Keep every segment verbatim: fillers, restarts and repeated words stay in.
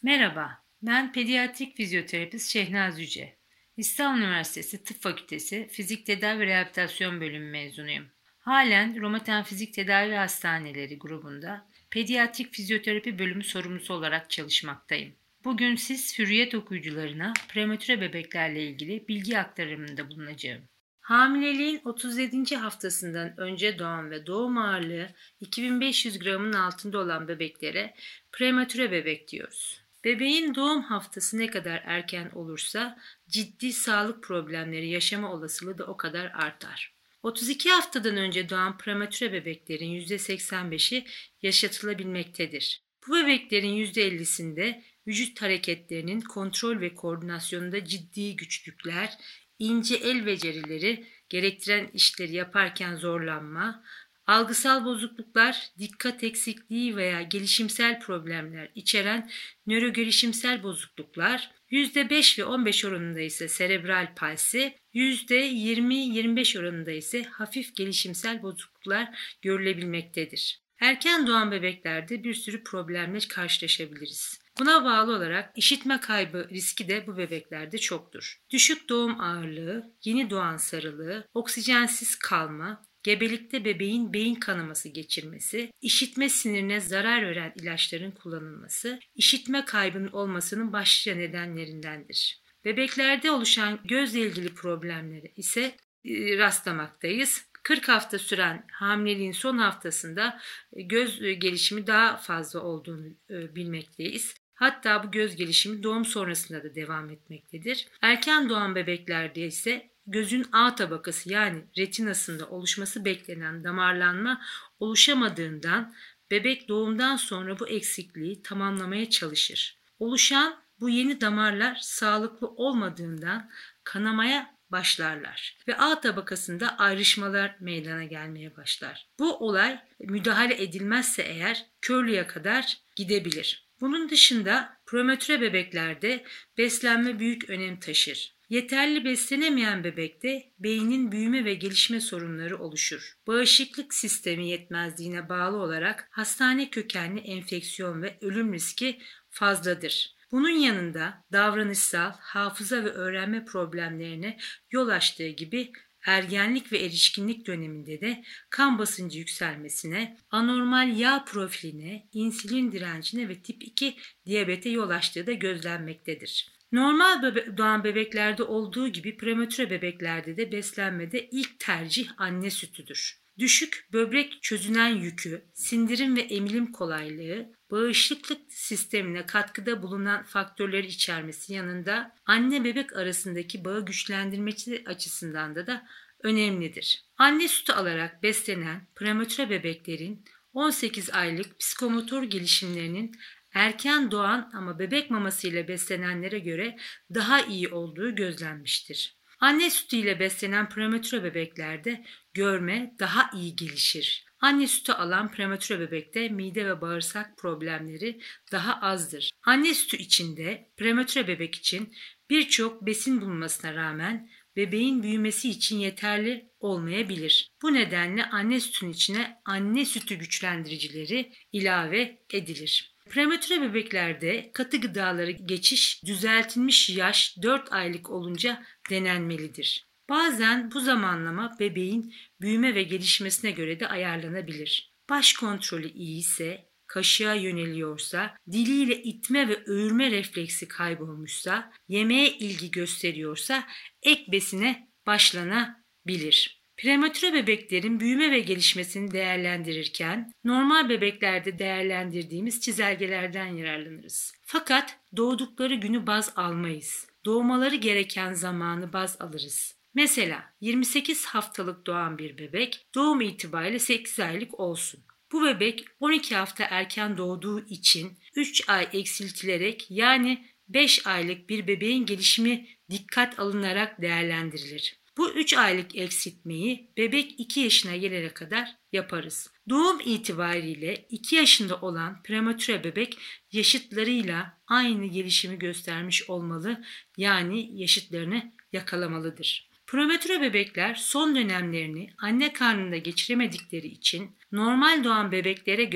Merhaba, ben pediatrik fizyoterapist Şehnaz Yüce. İstanbul Üniversitesi Tıp Fakültesi Fizik Tedavi ve Rehabilitasyon Bölümü mezunuyum. Halen Romaten Fizik Tedavi Hastaneleri grubunda pediatrik fizyoterapi bölümü sorumlusu olarak çalışmaktayım. Bugün siz Hürriyet okuyucularına prematüre bebeklerle ilgili bilgi aktarımında bulunacağım. Hamileliğin otuz yedinci haftasından önce doğan ve doğum ağırlığı iki bin beş yüz gramın altında olan bebeklere prematüre bebek diyoruz. Bebeğin doğum haftası ne kadar erken olursa ciddi sağlık problemleri yaşama olasılığı da o kadar artar. otuz iki haftadan önce doğan prematüre bebeklerin yüzde seksen beşi yaşatılabilmektedir. Bu bebeklerin yüzde ellisinde vücut hareketlerinin kontrol ve koordinasyonunda ciddi güçlükler, ince el becerileri gerektiren işleri yaparken zorlanma, algısal bozukluklar, dikkat eksikliği veya gelişimsel problemler içeren nörogelişimsel bozukluklar, yüzde beş ve on beş oranında ise serebral palsi, yüzde yirmi yirmi beş oranında ise hafif gelişimsel bozukluklar görülebilmektedir. Erken doğan bebeklerde bir sürü problemle karşılaşabiliriz. Buna bağlı olarak işitme kaybı riski de bu bebeklerde çoktur. Düşük doğum ağırlığı, yeni doğan sarılığı, oksijensiz kalma, gebelikte bebeğin beyin kanaması geçirmesi, işitme sinirine zarar veren ilaçların kullanılması, işitme kaybının olmasının başlıca nedenlerindendir. Bebeklerde oluşan gözle ilgili problemleri ise e, rastlamaktayız. kırk hafta süren hamileliğin son haftasında göz gelişimi daha fazla olduğunu bilmekteyiz. Hatta bu göz gelişimi doğum sonrasında da devam etmektedir. Erken doğan bebeklerde ise gözün A tabakası yani retinasında oluşması beklenen damarlanma oluşamadığından bebek doğumdan sonra bu eksikliği tamamlamaya çalışır. Oluşan bu yeni damarlar sağlıklı olmadığından kanamaya başlarlar ve A tabakasında ayrışmalar meydana gelmeye başlar. Bu olay müdahale edilmezse eğer körlüğe kadar gidebilir. Bunun dışında prematüre bebeklerde beslenme büyük önem taşır. Yeterli beslenemeyen bebekte beynin büyüme ve gelişme sorunları oluşur. Bağışıklık sistemi yetmezliğine bağlı olarak hastane kökenli enfeksiyon ve ölüm riski fazladır. Bunun yanında davranışsal, hafıza ve öğrenme problemlerine yol açtığı gibi ergenlik ve erişkinlik döneminde de kan basıncı yükselmesine, anormal yağ profiline, insülin direncine ve tip iki diyabete yol açtığı da gözlenmektedir. Normal bebe- doğan bebeklerde olduğu gibi prematüre bebeklerde de beslenmede ilk tercih anne sütüdür. Düşük böbrek çözünen yükü, sindirim ve emilim kolaylığı, bağışıklık sistemine katkıda bulunan faktörleri içermesi yanında anne bebek arasındaki bağı güçlendirmesi açısından da da önemlidir. Anne sütü alarak beslenen prematüre bebeklerin on sekiz aylık psikomotor gelişimlerinin erken doğan ama bebek mamasıyla beslenenlere göre daha iyi olduğu gözlenmiştir. Anne sütüyle beslenen prematüre bebeklerde görme daha iyi gelişir. Anne sütü alan prematüre bebekte mide ve bağırsak problemleri daha azdır. Anne sütü içinde prematüre bebek için birçok besin bulunmasına rağmen bebeğin büyümesi için yeterli olmayabilir. Bu nedenle anne sütünün içine anne sütü güçlendiricileri ilave edilir. Prematüre bebeklerde katı gıdaları geçiş düzeltilmiş yaş dört aylık olunca denenmelidir. Bazen bu zamanlama bebeğin büyüme ve gelişmesine göre de ayarlanabilir. Baş kontrolü iyi ise, kaşığa yöneliyorsa, diliyle itme ve öğürme refleksi kaybolmuşsa, yemeğe ilgi gösteriyorsa ek besine başlanabilir. Prematüre bebeklerin büyüme ve gelişmesini değerlendirirken normal bebeklerde değerlendirdiğimiz çizelgelerden yararlanırız. Fakat doğdukları günü baz almayız. Doğmaları gereken zamanı baz alırız. Mesela yirmi sekiz haftalık doğan bir bebek doğum itibariyle sekiz aylık olsun. Bu bebek on iki hafta erken doğduğu için üç ay eksiltilerek yani beş aylık bir bebeğin gelişimi dikkat alınarak değerlendirilir. Bu üç aylık eksiltmeyi bebek iki yaşına gelene kadar yaparız. Doğum itibariyle iki yaşında olan prematüre bebek yaşıtlarıyla aynı gelişimi göstermiş olmalı, yani yaşıtlarını yakalamalıdır. Prematüre bebekler son dönemlerini anne karnında geçiremedikleri için normal doğan bebeklere göre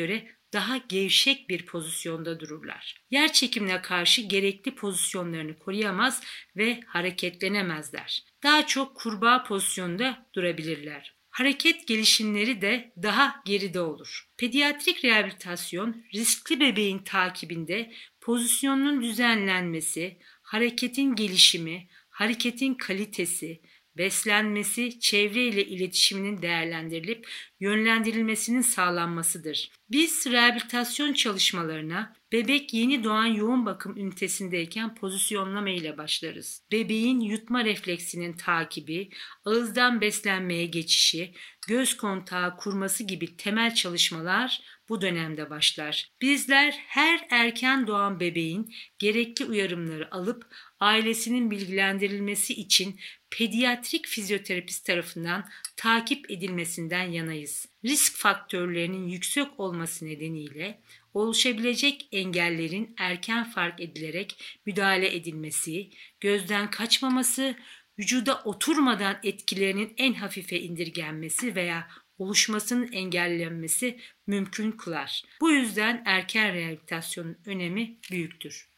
daha gevşek bir pozisyonda dururlar. Yer çekimine karşı gerekli pozisyonlarını koruyamaz ve hareketlenemezler. Daha çok kurbağa pozisyonda durabilirler. Hareket gelişimleri de daha geride olur. Pediatrik rehabilitasyon, riskli bebeğin takibinde pozisyonun düzenlenmesi, hareketin gelişimi, hareketin kalitesi, beslenmesi, çevre ile iletişiminin değerlendirilip yönlendirilmesinin sağlanmasıdır. Biz rehabilitasyon çalışmalarına bebek yeni doğan yoğun bakım ünitesindeyken pozisyonlama ile başlarız. Bebeğin yutma refleksinin takibi, ağızdan beslenmeye geçişi, göz kontağı kurması gibi temel çalışmalar bu dönemde başlar. Bizler her erken doğan bebeğin gerekli uyarımları alıp ailesinin bilgilendirilmesi için pediatrik fizyoterapist tarafından takip edilmesinden yanayız. Risk faktörlerinin yüksek olması nedeniyle oluşabilecek engellerin erken fark edilerek müdahale edilmesi, gözden kaçmaması, vücuda oturmadan etkilerinin en hafife indirgenmesi veya oluşmasının engellenmesi mümkün kılar. Bu yüzden erken rehabilitasyonun önemi büyüktür.